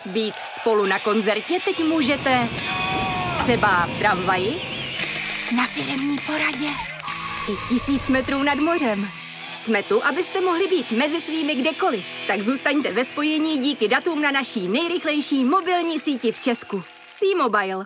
Být spolu na koncertě teď můžete třeba v tramvaji, na firemní poradě i 1000 metrů nad mořem. Jsme tu, abyste mohli být mezi svými kdekoliv. Tak zůstaňte ve spojení díky datům na naší nejrychlejší mobilní síti v Česku. T-Mobile.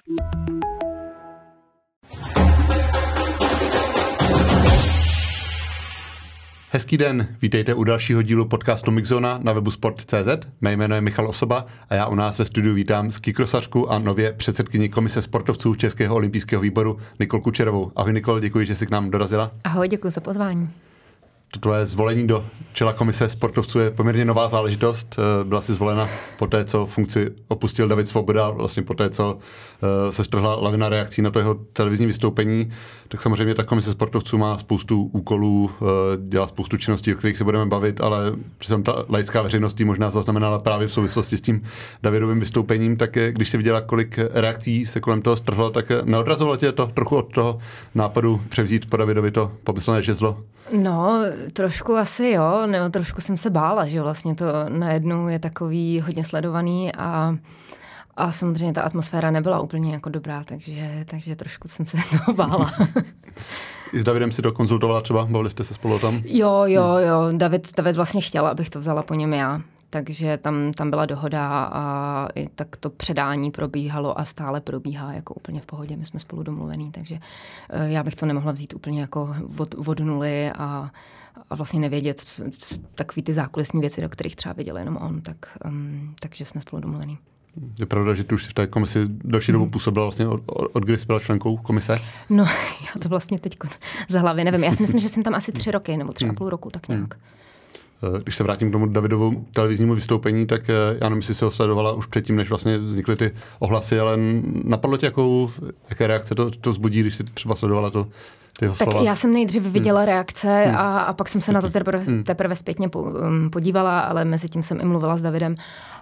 Hezký den, vítejte u dalšího dílu podcastu Mixzona na webu sport.cz. Mé jméno je Michal Osoba a já u nás ve studiu vítám skikrosařku a nově předsedkyni komise sportovců Českého olympijského výboru Nikol Kučerovou. Ahoj Nikol, děkuji, že jsi k nám dorazila. Ahoj, děkuji za pozvání. To tvoje zvolení do čela komise sportovců je poměrně nová záležitost. Byla jsi zvolena poté, co funkci opustil David Svoboda, vlastně poté, co se strhla lavina reakcí na to jeho televizní vystoupení. Tak samozřejmě ta komise sportovců má spoustu úkolů, dělá spoustu činností, o kterých se budeme bavit, ale přitom ta laická veřejnost možná zaznamenala právě v souvislosti s tím Davidovým vystoupením. Tak když jsi viděla, kolik reakcí se kolem toho strhlo, tak neodrazovalo tě to trochu od toho nápadu převzít po Davidovi to pomyslné žezlo? No, trošku asi jo, nebo trošku jsem se bála, že vlastně to najednou je takový hodně sledovaný a samozřejmě ta atmosféra nebyla úplně jako dobrá, takže trošku jsem se toho bála. I s Davidem si to konzultovala třeba? Bavili jste se spolu o tom? Jo. David vlastně chtěl, abych to vzala po něm já. Takže tam byla dohoda a i tak to předání probíhalo a stále probíhá jako úplně v pohodě. My jsme spolu domluvení, takže já bych to nemohla vzít úplně jako od nuly a vlastně nevědět takový ty zákulisní věci, do kterých třeba viděl jenom on, takže jsme spolu domluvení. Je pravda, že tu už v té komisi další dobu působila vlastně od kdy jsi byla členkou komise? No, já to vlastně teď za hlavy nevím. Já si myslím, že jsem tam asi 3 roky nebo 3,5 roku, tak nějak. Když se vrátím k tomu Davidovu televiznímu vystoupení, tak já nevím, jestli si ho sledovala už předtím, než vlastně vznikly ty ohlasy, ale napadlo tě, jaké reakce to zbudí, když si třeba sledovala to jeho slova? Tak já jsem nejdřív viděla reakce a pak jsem se na to teprve zpětně podívala, ale mezi tím jsem i mluvila s Davidem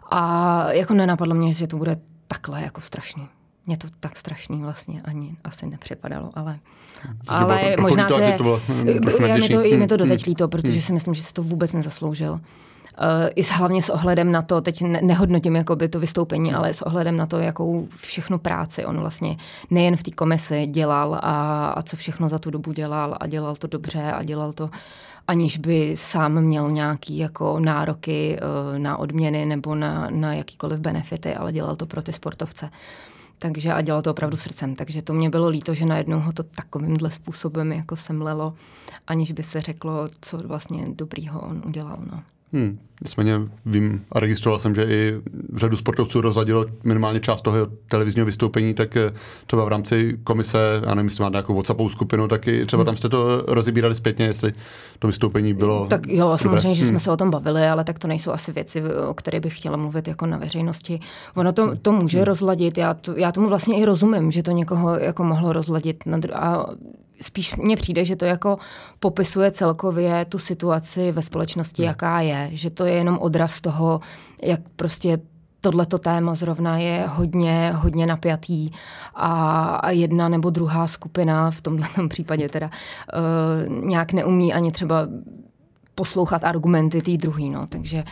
a jako nenapadlo mě, že to bude takhle jako strašný. Mně to tak strašný vlastně ani asi nepřipadalo, ale možná to je mi to doteď líto, protože si myslím, že si to vůbec nezasloužil. I hlavně s ohledem na to, teď nehodnotím jakoby to vystoupení, ale s ohledem na to, jakou všechnu práci on vlastně nejen v té komisi dělal a co všechno za tu dobu dělal a dělal to dobře a dělal to aniž by sám měl nějaký jako nároky na odměny nebo na jakýkoliv benefity, ale dělal to pro ty sportovce. Takže a dělal to opravdu srdcem. Takže to mě bylo líto, že najednou ho to takovýmhle způsobem jako semlelo, aniž by se řeklo, co vlastně dobrýho on udělal. No. Nicméně vím a registroval jsem, že i řadu sportovců rozladilo minimálně část toho televizního vystoupení, tak třeba v rámci komise, já nevím, jestli má nějakou WhatsAppovou skupinu, tak i třeba tam jste to rozebírali zpětně, jestli to vystoupení bylo tak jo, dobré. Samozřejmě, že jsme se o tom bavili, ale tak to nejsou asi věci, o které bych chtěla mluvit jako na veřejnosti. Ono to může rozladit, já tomu vlastně i rozumím, že to někoho jako mohlo rozladit a spíš mně přijde, že to jako popisuje celkově tu situaci ve společnosti, jaká je. Že to je jenom odraz toho, jak prostě tohleto téma zrovna je hodně napjatý a jedna nebo druhá skupina, v tomto případě teda, nějak neumí ani třeba poslouchat argumenty té druhý. No. Takže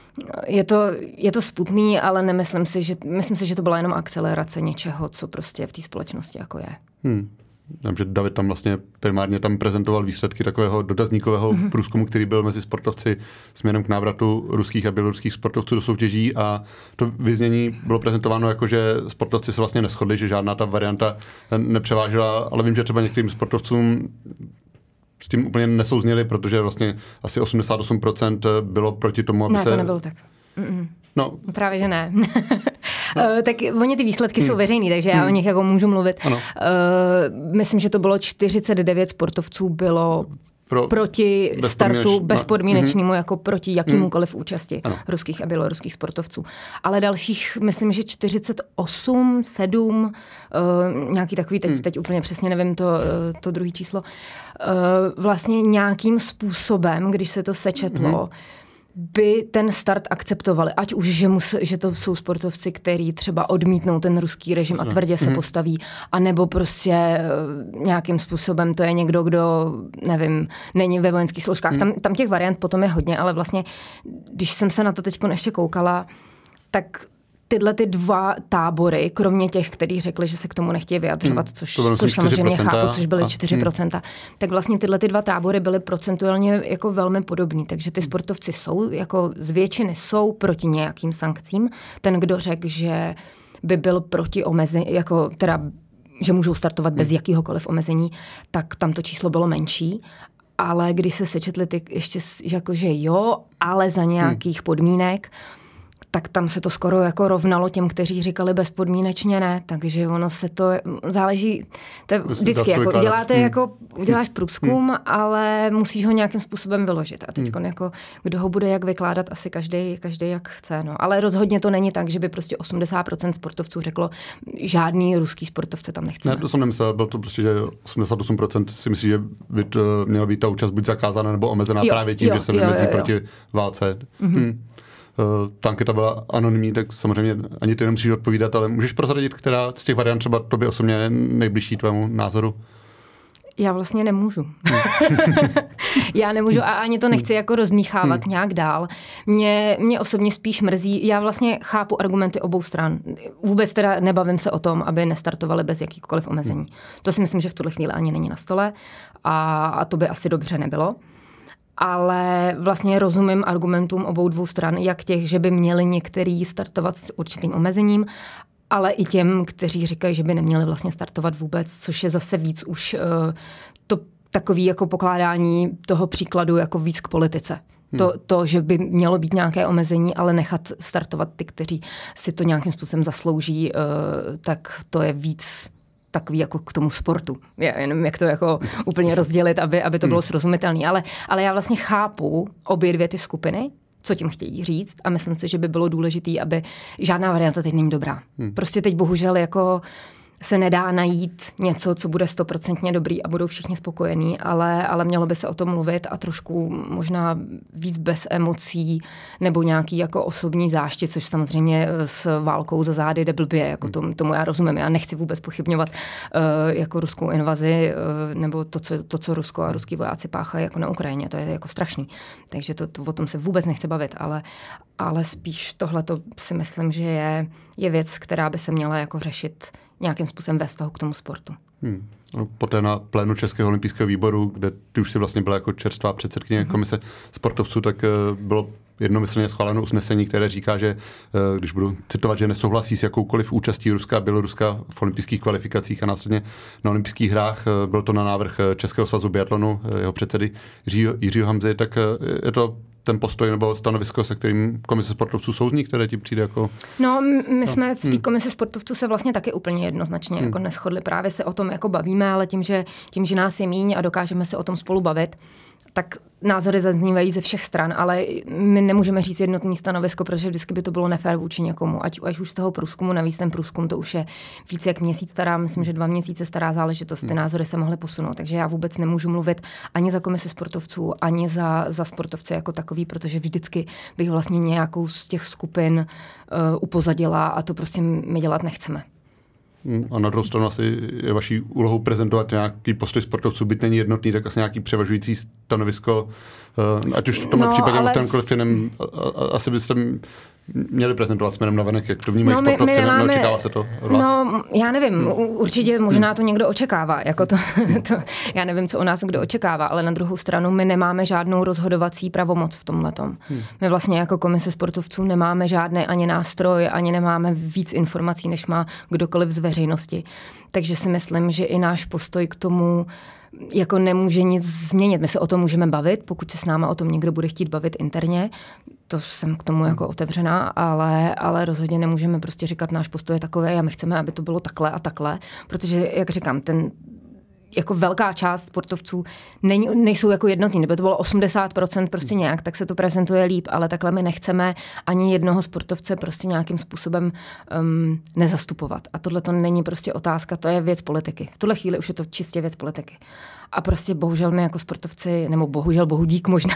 je to smutný, ale myslím si, že to byla jenom akcelerace něčeho, co prostě v té společnosti jako je. Vím, že David tam vlastně primárně tam prezentoval výsledky takového dotazníkového průzkumu, který byl mezi sportovci směrem k návratu ruských a běloruských sportovců do soutěží a to vyznění bylo prezentováno jako, že sportovci se vlastně neshodli, že žádná ta varianta nepřevážela, ale vím, že třeba některým sportovcům s tím úplně nesouzněli, protože vlastně asi 88% bylo proti tomu, aby se... Ne, to nebylo tak. No. Právě, že ne. Tak oni ty výsledky jsou veřejný, takže já o nich jako můžu mluvit. Myslím, že to bylo 49 sportovců bylo proti startu bezpodmínečnému, jako proti jakýmukoliv účasti ruských a běloruských sportovců. Ale dalších, myslím, že 48, 7, nějaký takový, teď úplně přesně nevím to druhý číslo, vlastně nějakým způsobem, když se to sečetlo, by ten start akceptovali. Ať už, že to jsou sportovci, kteří třeba odmítnou ten ruský režim a tvrdě se postaví, anebo prostě nějakým způsobem to je někdo, kdo, nevím, není ve vojenských složkách. Tam těch variant potom je hodně, ale vlastně, když jsem se na to teď ještě koukala, tak tyhle ty dva tábory, kromě těch, kteří řekli, že se k tomu nechtějí vyjadřovat, což samozřejmě chápu, což byly 4%, tak vlastně tyhle ty dva tábory byly procentuálně jako velmi podobný. Takže ty sportovci jsou, jako z většiny jsou proti nějakým sankcím. Ten, kdo řekl, že by byl proti omezení, jako teda, že můžou startovat bez jakýhokoliv omezení, tak tam to číslo bylo menší. Ale když se sečetli ty ještě, jakože jo, ale za nějakých podmínek, tak tam se to skoro jako rovnalo těm, kteří říkali bezpodmínečně ne, takže ono se to záleží, to je vždycky, jako uděláš průzkum, ale musíš ho nějakým způsobem vyložit. A teď jako, kdo ho bude jak vykládat, asi každý jak chce. No. Ale rozhodně to není tak, že by prostě 80% sportovců řeklo, žádný ruský sportovce tam nechceme. Ne, to jsem nemyslel, bylo to prostě, že 88% si myslí, že by to měla být ta účast buď zakázána nebo omezená právě tím, že se vymezí proti válce. Ta anketa byla anonymní, tak samozřejmě ani ty nemusíš odpovídat, ale můžeš prozradit, která z těch variant třeba tobě osobně je nejbližší tvému názoru? Já vlastně nemůžu. Já nemůžu a ani to nechci jako rozmíchávat nějak dál. Mě osobně spíš mrzí, já vlastně chápu argumenty obou stran. Vůbec teda nebavím se o tom, aby nestartovali bez jakýkoliv omezení. To si myslím, že v tuhle chvíli ani není na stole a to by asi dobře nebylo. Ale vlastně rozumím argumentům obou dvou stran, jak těch, že by měli některý startovat s určitým omezením, ale i těm, kteří říkají, že by neměli vlastně startovat vůbec, což je zase víc už to takový jako pokládání toho příkladu jako víc k politice. To, že by mělo být nějaké omezení, ale nechat startovat ty, kteří si to nějakým způsobem zaslouží, tak to je víc takový jako k tomu sportu. Já jenom jak to jako úplně rozdělit, aby to bylo srozumitelné. Ale já vlastně chápu obě dvě ty skupiny, co tím chtějí říct a myslím si, že by bylo důležité, aby žádná varianta teď není dobrá. Prostě teď bohužel jako se nedá najít něco, co bude 100% dobrý a budou všichni spokojení, ale mělo by se o tom mluvit a trošku možná víc bez emocí nebo nějaký jako osobní záštit, což samozřejmě s válkou za zády jde blbě, jako tomu já rozumím. Já nechci vůbec pochybňovat jako ruskou invazi nebo to, co Rusko a ruský vojáci páchají jako na Ukrajině. To je jako strašný. Takže to o tom se vůbec nechci bavit, ale spíš tohleto si myslím, že je věc, která by se měla jako řešit nějakým způsobem ve vztahu k tomu sportu. Poté na plénu Českého olympijského výboru, kde ty už si vlastně byla jako čerstvá předsedkyně komise sportovců, tak bylo jednomyslně schváleno usnesení, které říká, že, když budu citovat, že nesouhlasí s jakoukoliv účastí Ruska a Běloruska v olympijských kvalifikacích a následně na olympijských hrách. Byl to na návrh Českého svazu biatlonu, jeho předsedy Jiřího Hamzy, tak je to ten postoj nebo stanovisko, se kterým komise sportovců souzní, které ti přijde jako... No, my jsme v té komisi sportovců se vlastně taky úplně jednoznačně jako neshodli. Právě se o tom jako bavíme, ale tím, že nás je míň a dokážeme se o tom spolu bavit, tak názory zaznívají ze všech stran, ale my nemůžeme říct jednotný stanovisko, protože vždycky by to bylo nefér vůči někomu. Ať už z toho průzkumu, navíc ten průzkum to už je více jak měsíc stará, myslím, že 2 měsíce stará záležitost, ty názory se mohly posunout. Takže já vůbec nemůžu mluvit ani za komisi sportovců, ani za sportovce jako takový, protože vždycky bych vlastně nějakou z těch skupin upozadila a to prostě my dělat nechceme. A na druhou stranu asi je vaší úlohou prezentovat nějaký postoj sportovců, byť není jednotný, tak asi nějaký převažující stanovisko, ať už v tomhle případě ale... kterémkoliv jiném, asi byste měli prezentovat směrem navenek, jak to vnímají sportovci, neočekává se to od vás? No, já nevím, určitě možná to někdo očekává, jako to já nevím, co o nás kdo očekává, ale na druhou stranu my nemáme žádnou rozhodovací pravomoc v tomhletom. My vlastně jako komise sportovců nemáme žádný ani nástroj, ani nemáme víc informací, než má kdokoliv z veřejnosti. Takže si myslím, že i náš postoj k tomu jako nemůže nic změnit. My se o tom můžeme bavit, pokud se s náma o tom někdo bude chtít bavit interně, to jsem k tomu jako otevřená, ale rozhodně nemůžeme prostě říkat, náš postoj je takový a my chceme, aby to bylo takhle a takhle, protože, jak říkám, jako velká část sportovců nejsou jako jednotní, nebo to bylo 80% prostě nějak, tak se to prezentuje líp, ale takhle my nechceme ani jednoho sportovce prostě nějakým způsobem nezastupovat. A tohle to není prostě otázka, to je věc politiky. V tuhle chvíli už je to čistě věc politiky. A prostě bohužel my jako sportovci, nebo bohužel bohudík možná,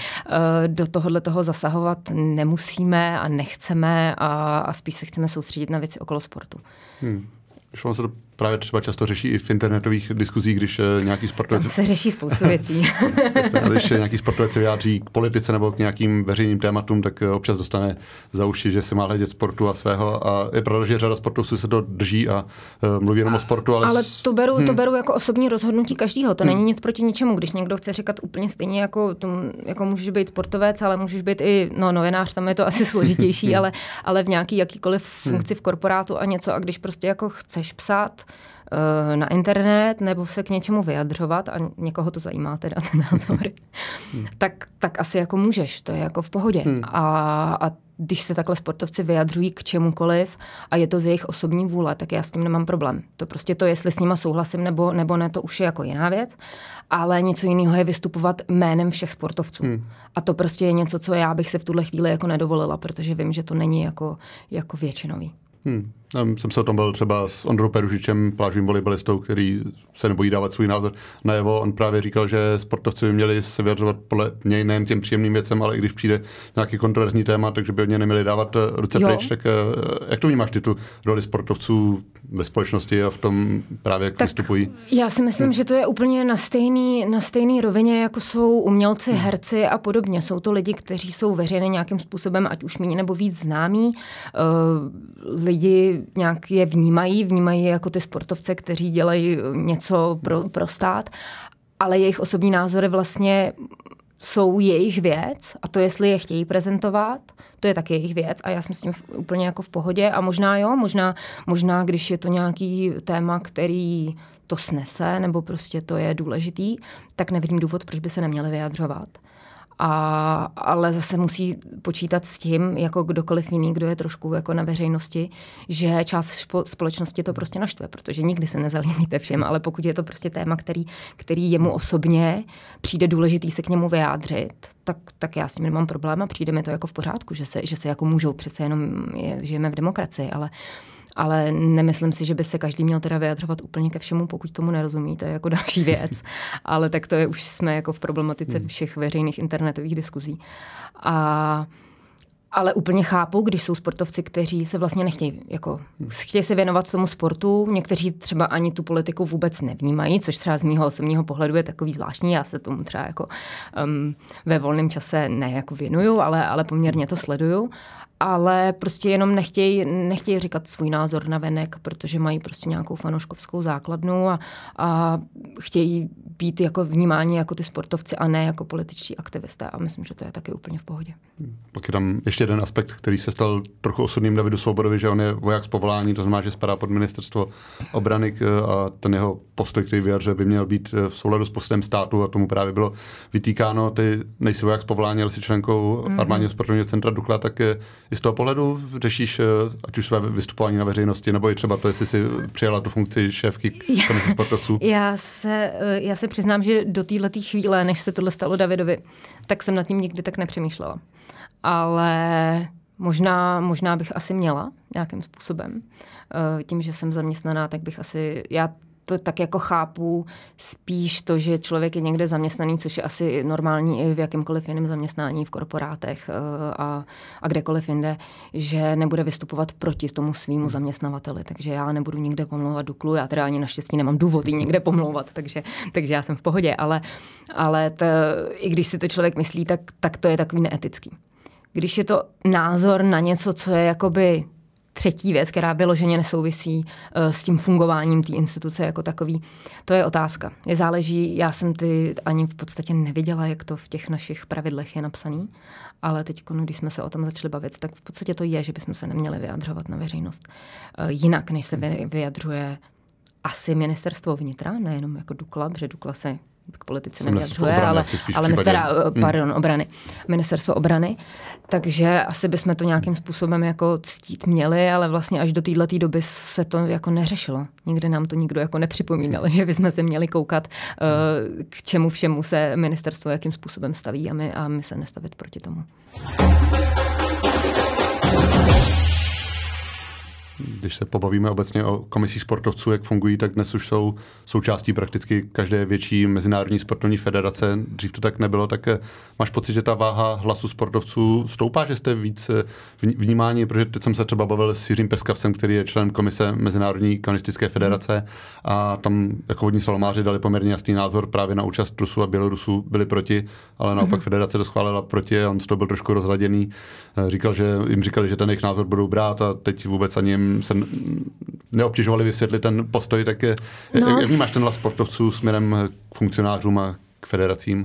do toho zasahovat nemusíme a nechceme a spíš se chceme soustředit na věci okolo sportu. Když vám se to právě třeba často řeší i v internetových diskuzích, když nějaký sportovec... Tam se řeší spoustu věcí. Když nějaký sportovec se vyjádří k politice nebo k nějakým veřejným tématům, tak občas dostane za uši, že se má hledět sportu a svého. A je pravda, že řada sportovců se to drží a mluví jenom o sportu, ale to beru jako osobní rozhodnutí každého. To není nic proti ničemu. Když někdo chce říkat úplně stejně, jako můžeš být sportovec, ale můžeš být i novinář, tam je to asi složitější, ale v nějaký jakýkoliv funkci v korporátu a něco. A když prostě jako chceš psát na internet nebo se k něčemu vyjadřovat a někoho to zajímá teda ty názory, tak asi jako můžeš, to je jako v pohodě. A když se takhle sportovci vyjadřují k čemukoliv a je to z jejich osobní vůle, tak já s tím nemám problém. To prostě to, jestli s nima souhlasím nebo ne, to už je jako jiná věc, ale něco jiného je vystupovat jménem všech sportovců. A to prostě je něco, co já bych se v tuhle chvíli jako nedovolila, protože vím, že to není jako většinový. Jsem se o tom byl třeba s Ondrou Peružičem, plážovým volejbalistou, který se nebojí dávat svůj názor najevo. On právě říkal, že sportovci by měli se vyjadřovat podle něj nejen těm příjemným věcem, ale i když přijde nějaký kontroverzní téma, takže by od něj neměli dávat ruce pryč. Tak jak to vnímáš ty tu roli sportovců ve společnosti a v tom právě, jak vystupují? Já si myslím, že to je úplně na stejný rovině, jako jsou umělci, herci a podobně. Jsou to lidi, kteří jsou veřejně nějakým způsobem, ať už méně nebo víc známí. Lidi nějak je vnímají jako ty sportovce, kteří dělají něco pro stát, ale jejich osobní názory vlastně jsou jejich věc a to, jestli je chtějí prezentovat, to je taky jejich věc a já jsem s tím úplně jako v pohodě a možná, když je to nějaký téma, který to snese nebo prostě to je důležitý, tak nevidím důvod, proč by se neměli vyjadřovat. Ale zase musí počítat s tím, jako kdokoliv jiný, kdo je trošku jako na veřejnosti, že část společnosti to prostě naštve, protože nikdy se nezalíbíte všem, ale pokud je to prostě téma, který jemu osobně přijde důležitý se k němu vyjádřit, tak já s tím nemám problém a přijde mi to jako v pořádku, že se jako můžou, přece jenom žijeme v demokracii, ale nemyslím si, že by se každý měl teda vyjadřovat úplně ke všemu, pokud tomu nerozumí, to je jako další věc. Ale tak to je, už jsme jako v problematice všech veřejných internetových diskuzí. Ale úplně chápu, když jsou sportovci, kteří se vlastně chtějí se věnovat tomu sportu, někteří třeba ani tu politiku vůbec nevnímají, což třeba z mýho osobního pohledu je takový zvláštní, já se tomu třeba jako ve volném čase ne jako věnuju, ale poměrně to sleduju. Ale prostě jenom nechtějí říkat svůj názor navenek, protože mají prostě nějakou fanouškovskou základnu a chtějí být jako vnímáni jako ty sportovci a ne jako političtí aktivisté. A myslím, že to je taky úplně v pohodě. Pak je tam ještě jeden aspekt, který se stal trochu osudným Davidu Svobodovi, že on je voják z povolání, to znamená, že spadá pod ministerstvo obrany a ten jeho postoj, který vyjadřuje, by měl být v souladu s postojem státu a tomu právě bylo vytýkáno. Ty nejsi voják z povolání, ale jsi členkou Armádního sportovního centra Dukla, tak i z toho pohledu řešíš ať už své vystupování na veřejnosti, nebo i třeba to, jestli si přijala tu funkci šéfky komise sportovců? Já se přiznám, že do této chvíle, než se tohle stalo Davidovi, tak jsem nad tím nikdy tak nepřemýšlela. Ale možná bych asi měla nějakým způsobem. Tím, že jsem zaměstnaná, tak bych asi... Já to tak jako chápu spíš to, že člověk je někde zaměstnaný, což je asi normální i v jakémkoliv jiném zaměstnání v korporátech a kdekoliv jinde, že nebude vystupovat proti tomu svýmu zaměstnavateli. Takže já nebudu nikde pomlouvat Duklu, já teda ani naštěstí nemám důvod jí někde pomlouvat, takže já jsem v pohodě, ale i když si to člověk myslí, tak to je takový neetický. Když je to názor na něco, co je jakoby třetí věc, která vyloženě nesouvisí s tím fungováním té instituce jako takový, to je otázka. Záleží, já jsem ty ani v podstatě neviděla, jak to v těch našich pravidlech je napsaný, ale teď, když jsme se o tom začali bavit, tak v podstatě to je, že bychom se neměli vyjadřovat na veřejnost. Jinak, než se vyjadřuje asi ministerstvo vnitra, nejenom jako Dukla, protože Dukla se k politice nevyjadřuje, ale obrany. Ministerstvo obrany. Takže asi bychom to nějakým způsobem jako ctít měli, ale vlastně až do této doby se to jako neřešilo. Nikdy nám to nikdo jako nepřipomínal, že bychom se měli koukat, k čemu všemu se ministerstvo jakým způsobem staví a my se nestavit proti tomu. když se pobavíme obecně o komisích sportovců, jak fungují, tak dnes už jsou součástí prakticky každé větší mezinárodní sportovní federace. Dřív to tak nebylo, tak máš pocit, že ta váha hlasu sportovců stoupá, že jste víc vnímáni, protože teď jsem se třeba bavil s Jiřím Peskavcem, který je člen komise Mezinárodní kanoistické federace a tam jako vodní slalomáři dali poměrně jasný názor právě na účast Rusů a Bělorusů, byli proti, ale naopak federace to schválila proti a on z toho byl trošku rozladěný. Jim říkali, že ten jejich názor budou brát a teď vůbec ani jim se neobtěžovali vysvětlit ten postoj, tak jak vnímáš ten hlas sportovců směrem k funkcionářům a k federacím?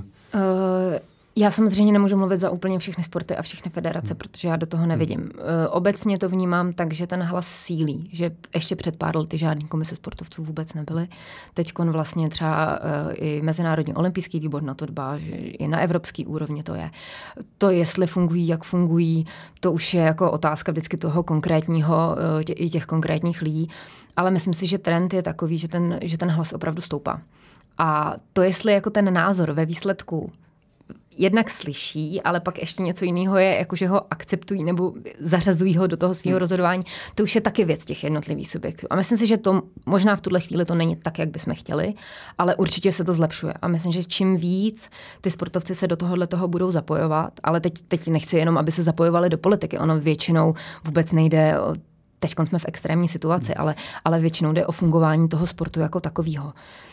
Já samozřejmě nemůžu mluvit za úplně všechny sporty a všechny federace, protože já do toho nevidím. Obecně to vnímám tak, že ten hlas sílí, že ještě před pár lety žádný komise sportovců vůbec nebyly. Teďkon vlastně třeba i Mezinárodní olympijský výbor na to dbá, že i na evropský úrovni to je. To, jestli fungují, jak fungují, to už je jako otázka vždycky toho konkrétního, i těch konkrétních lidí. Ale myslím si, že trend je takový, že ten hlas opravdu stoupá. A to, jestli jako ten názor ve výsledku jednak slyší, ale pak ještě něco jiného je, jako že ho akceptují nebo zařazují ho do toho svého rozhodování. To už je taky věc těch jednotlivých subjektů. A myslím si, že to možná v tuhle chvíli to není tak, jak bychom chtěli, ale určitě se to zlepšuje. A myslím, že čím víc ty sportovci se do toho budou zapojovat, ale teď nechci jenom, aby se zapojovali do politiky. Ono většinou vůbec nejde o teď jsme v extrémní situaci, ale většinou jde o fungování toho sportu jako takového.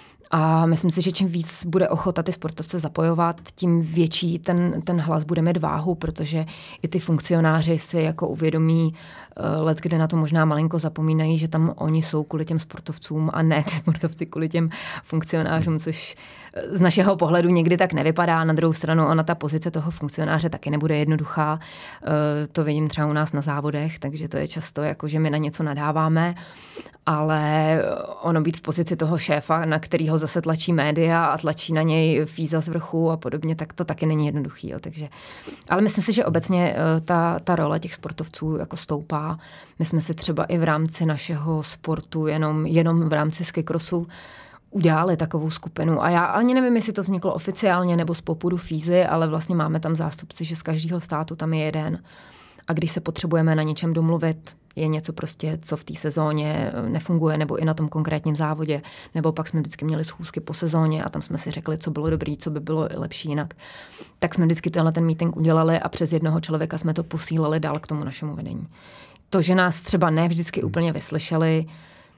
A myslím si, že čím víc bude ochota ty sportovce zapojovat, tím větší ten hlas bude mít váhu, protože i ty funkcionáři si jako uvědomí, leckde na to možná malinko zapomínají, že tam oni jsou kvůli těm sportovcům a ne ty sportovci kvůli těm funkcionářům, což z našeho pohledu někdy tak nevypadá. Na druhou stranu ona ta pozice toho funkcionáře taky nebude jednoduchá. To vidím třeba u nás na závodech, takže to je často jako, že my na něco nadáváme, ale ono být v pozici toho šéfa, na kterýho zase tlačí média a tlačí na něj Fíza z vrchu a podobně, tak to taky není jednoduchý. Jo. Takže, ale myslím si, že obecně ta role těch sportovců jako stoupá. My jsme si třeba i v rámci našeho sportu, jenom v rámci skicrossu, udělali takovou skupinu. A já ani nevím, jestli to vzniklo oficiálně nebo z popudu Fízy, ale vlastně máme tam zástupci, že z každého státu tam je jeden. A když se potřebujeme na něčem domluvit, je něco prostě, co v té sezóně nefunguje, nebo i na tom konkrétním závodě, nebo pak jsme vždycky měli schůzky po sezóně a tam jsme si řekli, co bylo dobrý, co by bylo lepší jinak. Tak jsme vždycky ten meeting udělali a přes jednoho člověka jsme to posílali dál k tomu našemu vedení. To, že nás třeba ne vždycky úplně vyslyšeli,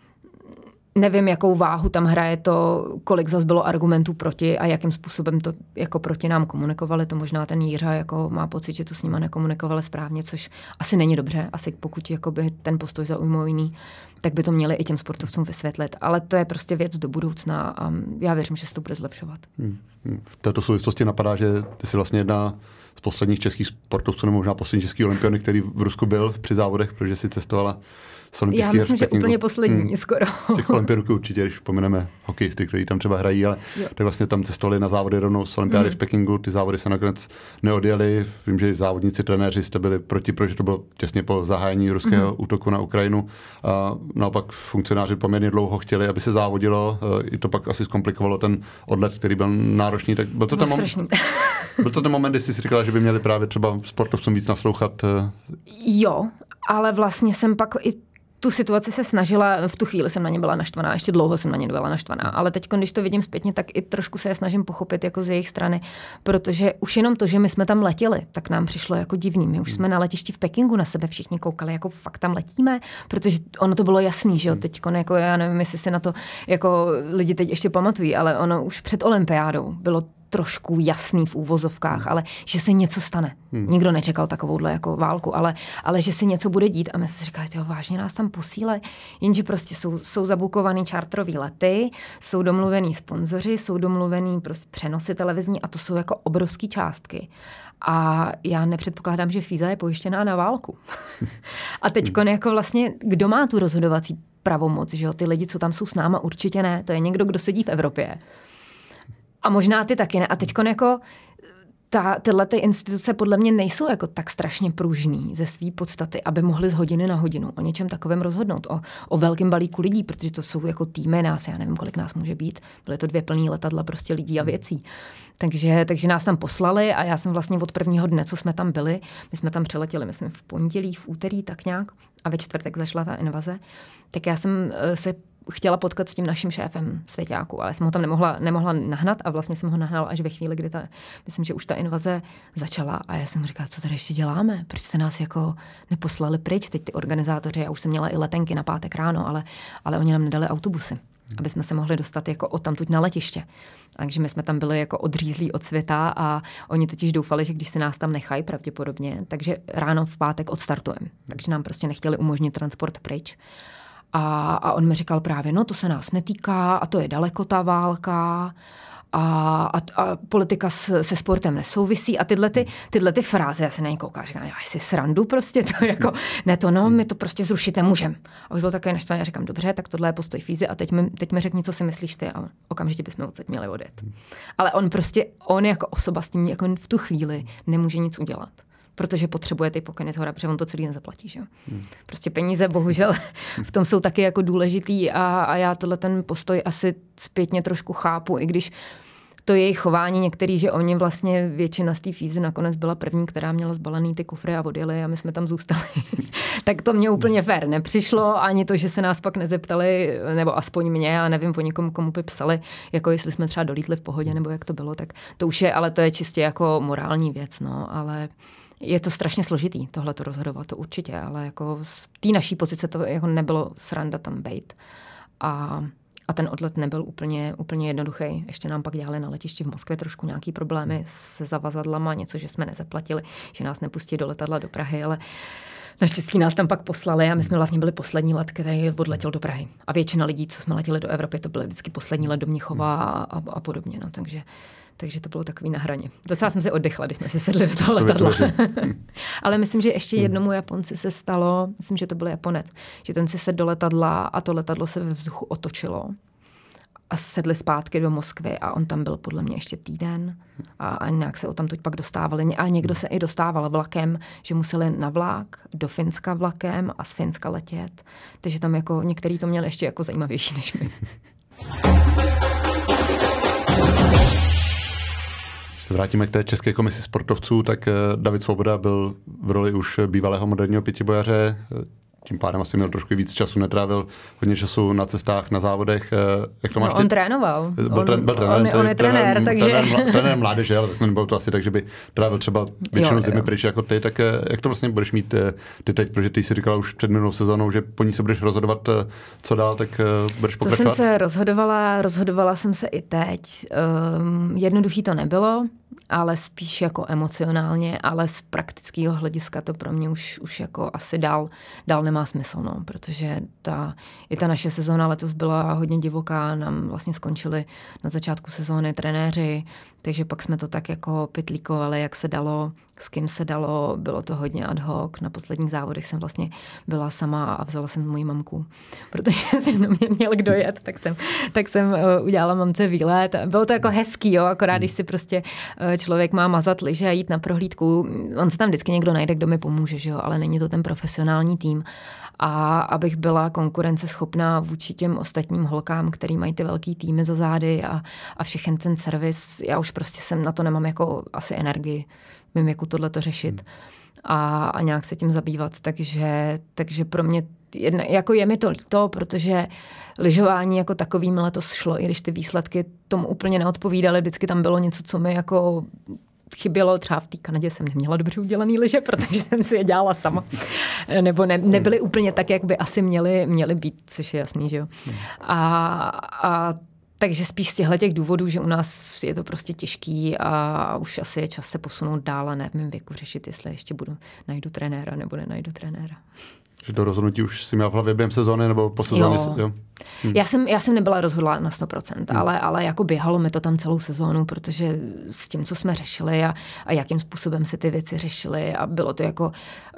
nevím, jakou váhu tam hraje to, kolik zas bylo argumentů proti a jakým způsobem to jako proti nám komunikovali. To možná ten Jiřa jako má pocit, že to s nima nekomunikovali správně, což asi není dobře. Asi pokud jakoby ten postoj zaujmou jiný, tak by to měli i těm sportovcům vysvětlit. Ale to je prostě věc do budoucna a já věřím, že se to bude zlepšovat. V této souvislosti napadá, že ty jsi vlastně jedna z posledních českých sportovců, nebo možná poslední český olympiony, který v Rusku byl při závodech, protože si cestovala z olympijských. Já myslím, že úplně poslední skoro. Z těch olympiádů určitě, když pomeneme hokejisty, kteří tam třeba hrají, ale tak vlastně tam cestovali na závody rovnou z olympiády v Pekingu. Ty závody se nakonec neodjeli. Vím, že závodníci, trenéři jste byli proti, protože to bylo těsně po zahájení ruského útoku na Ukrajinu. A naopak funkcionáři poměrně dlouho chtěli, aby se závodilo. I to pak asi zkomplikovalo ten odlet, který byl náročný. Tak byl to ten moment, kdy jsi si říkala, že by měli právě třeba sportovcům víc naslouchat? Jo, ale vlastně jsem pak i tu situaci se snažila, v tu chvíli jsem na ně byla naštvaná, ještě dlouho jsem na ně byla naštvaná, ale teď, když to vidím zpětně, tak i trošku se je snažím pochopit jako z jejich strany, protože už jenom to, že my jsme tam letěli, tak nám přišlo jako divný. My už jsme na letišti v Pekingu na sebe všichni koukali, jako fakt tam letíme, protože ono to bylo jasný, že jo, teď jako já nevím, jestli si na to jako lidi teď ještě pamatují, ale ono už před olympiádou bylo trošku jasný v úvozovkách, ale že se něco stane. Nikdo nečekal takovouhle jako válku, ale že se něco bude dít a my si říkali, tyjo, vážně nás tam posílají, jenže prostě jsou zabukovaný čartrový lety, jsou domluvený sponzoři, jsou domluvený prostě přenosy televizní a to jsou jako obrovský částky. A já nepředpokládám, že Fíza je pojištěná na válku. A teďko jako vlastně, kdo má tu rozhodovací pravomoc, že jo? Ty lidi, co tam jsou s náma, určitě ne. To je někdo, kdo sedí v Evropě. A možná ty taky ne. A teďko jako tyhle ty instituce podle mě nejsou jako tak strašně pružný ze své podstaty, aby mohly z hodiny na hodinu o něčem takovém rozhodnout. O velkém balíku lidí, protože to jsou jako týmy nás, já nevím, kolik nás může být. Byly to 2 plný letadla prostě lidí a věcí. Takže nás tam poslali a já jsem vlastně od prvního dne, co jsme tam byli, my jsme tam přiletěli, myslím, v pondělí, v úterý, tak nějak. a ve čtvrtek zašla ta invaze, tak já jsem se chtěla potkat s tím naším šéfem Svěťáku, ale jsem ho tam nemohla nahnat a vlastně jsem ho nahnala až ve chvíli, kdy myslím, že už ta invaze začala a já jsem mu říkala, co tady ještě děláme, proč jste nás jako neposlali pryč, teď ty organizátoři, já už jsem měla i letenky na pátek ráno, ale oni nám nedali autobusy, aby jsme se mohli dostat jako odtamtud na letiště. Takže my jsme tam byli jako odřízlí od světa a oni totiž doufali, že když se nás tam nechají pravděpodobně, takže ráno v pátek odstartujeme. Takže nám prostě nechtěli umožnit transport pryč. A on mi říkal právě, no to se nás netýká a to je daleko ta válka a politika se sportem nesouvisí a tyhle ty fráze, já se na ně koukám, říkám, já si srandu prostě, to jako, ne to no, my to prostě zrušit nemůžeme. A už byl takový naštvaný, já říkám, dobře, tak tohle je postoj Fízy a teď mi řekni, co si myslíš ty a okamžitě bychom odsaď měli odjet. Ale on jako osoba s tím jako v tu chvíli nemůže nic udělat. Protože potřebuje ty pokyny zhora, protože on to celý nezaplatí. Že? Prostě peníze, bohužel, v tom jsou taky jako důležitý a já tohle ten postoj asi zpětně trošku chápu, i když to jejich chování některý, že oni vlastně většina z té Fízy nakonec byla první, která měla zbalený ty kufry a odjeli a my jsme tam zůstali. Tak to mě úplně fér nepřišlo, ani to, že se nás pak nezeptali, nebo aspoň mě, a nevím po někom, komu by psali, jako jestli jsme třeba dolítli v pohodě, nebo jak to bylo, tak to už je, ale to je čistě jako morální věc, no, ale je to strašně složitý, tohleto rozhodovat, to určitě, ale jako z té naší pozice to jako nebylo sranda tam bejt. A ten odlet nebyl úplně jednoduchý. Ještě nám pak dělali na letišti v Moskvě trošku nějaký problémy se zavazadlama, něco, že jsme nezaplatili, že nás nepustí do letadla do Prahy, ale naštěstí nás tam pak poslali a my jsme vlastně byli poslední let, který odletěl do Prahy. A většina lidí, co jsme letěli do Evropy, to byly vždycky poslední let do Mnichova a podobně. No, takže to bylo takový na hraně. Docela jsem si oddechla, když jsme si sedli do toho letadla. Ale myslím, že ještě jednomu Japonci se stalo, myslím, že to byl Japonec, že ten si sedl do letadla a to letadlo se ve vzduchu otočilo a sedli zpátky do Moskvy a on tam byl podle mě ještě týden a nějak se o tam teď pak dostávali. A někdo se i dostával vlakem, že museli na vlak, do Finska vlakem a z Finska letět. Takže tam jako některý to měli ještě jako zajímavější než my. Se vrátíme k té České komisi sportovců, tak David Svoboda byl v roli už bývalého moderního pětibojaře, tím pádem asi měl trošku víc času, netrávil hodně času na cestách, na závodech. Jak to máš ty? On trénoval. On je trenér, takže... Trenér mládeže, ale nebylo to asi tak, že by trávil třeba většinu zimy pryč jako ty, tak jak to vlastně budeš mít ty teď, protože ty jsi říkala už před minulou sezónou, že po ní se budeš rozhodovat, co dál, tak budeš pokračovat? To jsem se rozhodovala jsem se i teď. Jednoduchý to nebylo, ale spíš jako emocionálně, ale z praktického hlediska to pro mě už jako asi dál nemá smysl, no, protože ta naše sezóna letos byla hodně divoká, nám vlastně skončili na začátku sezóny trenéři, takže pak jsme to tak jako pytlíkovali, jak se dalo, s kým se dalo, bylo to hodně ad hoc. Na posledních závodech jsem vlastně byla sama a vzala jsem moji mamku, protože jsem na mě měl kdo jet, tak jsem udělala mamce výlet. Bylo to jako hezký, jo, akorát když si prostě člověk má mazat lyže a jít na prohlídku, on se tam vždycky někdo najde, kdo mi pomůže, že jo, ale není to ten profesionální tým. A abych byla konkurenceschopná vůči těm ostatním holkám, který mají ty velký týmy za zády a všechen ten servis, já už prostě na to nemám jako asi energii v mém věku tohleto řešit a nějak se tím zabývat, takže pro mě jako je mi to líto, protože lyžování jako takovým letos šlo, i když ty výsledky tomu úplně neodpovídaly, vždycky tam bylo něco, co mi jako chybělo, třeba v té Kanadě jsem neměla dobře udělaný lyže, protože jsem si je dělala sama. Nebo nebyly úplně tak, jak by asi měly být, což je jasný, že jo. A takže spíš z těch důvodů, že u nás je to prostě těžký a už asi je čas se posunout dál a ne v mém věku řešit, jestli ještě najdu trenéra nebo nenajdu trenéra. Že to rozhodnutí už si měla v hlavě během sezóny nebo po sezóně? Jo. Já jsem nebyla rozhodla na 100%, ale jako běhalo mi to tam celou sezónu, protože s tím, co jsme řešili a jakým způsobem se ty věci řešily a bylo to jako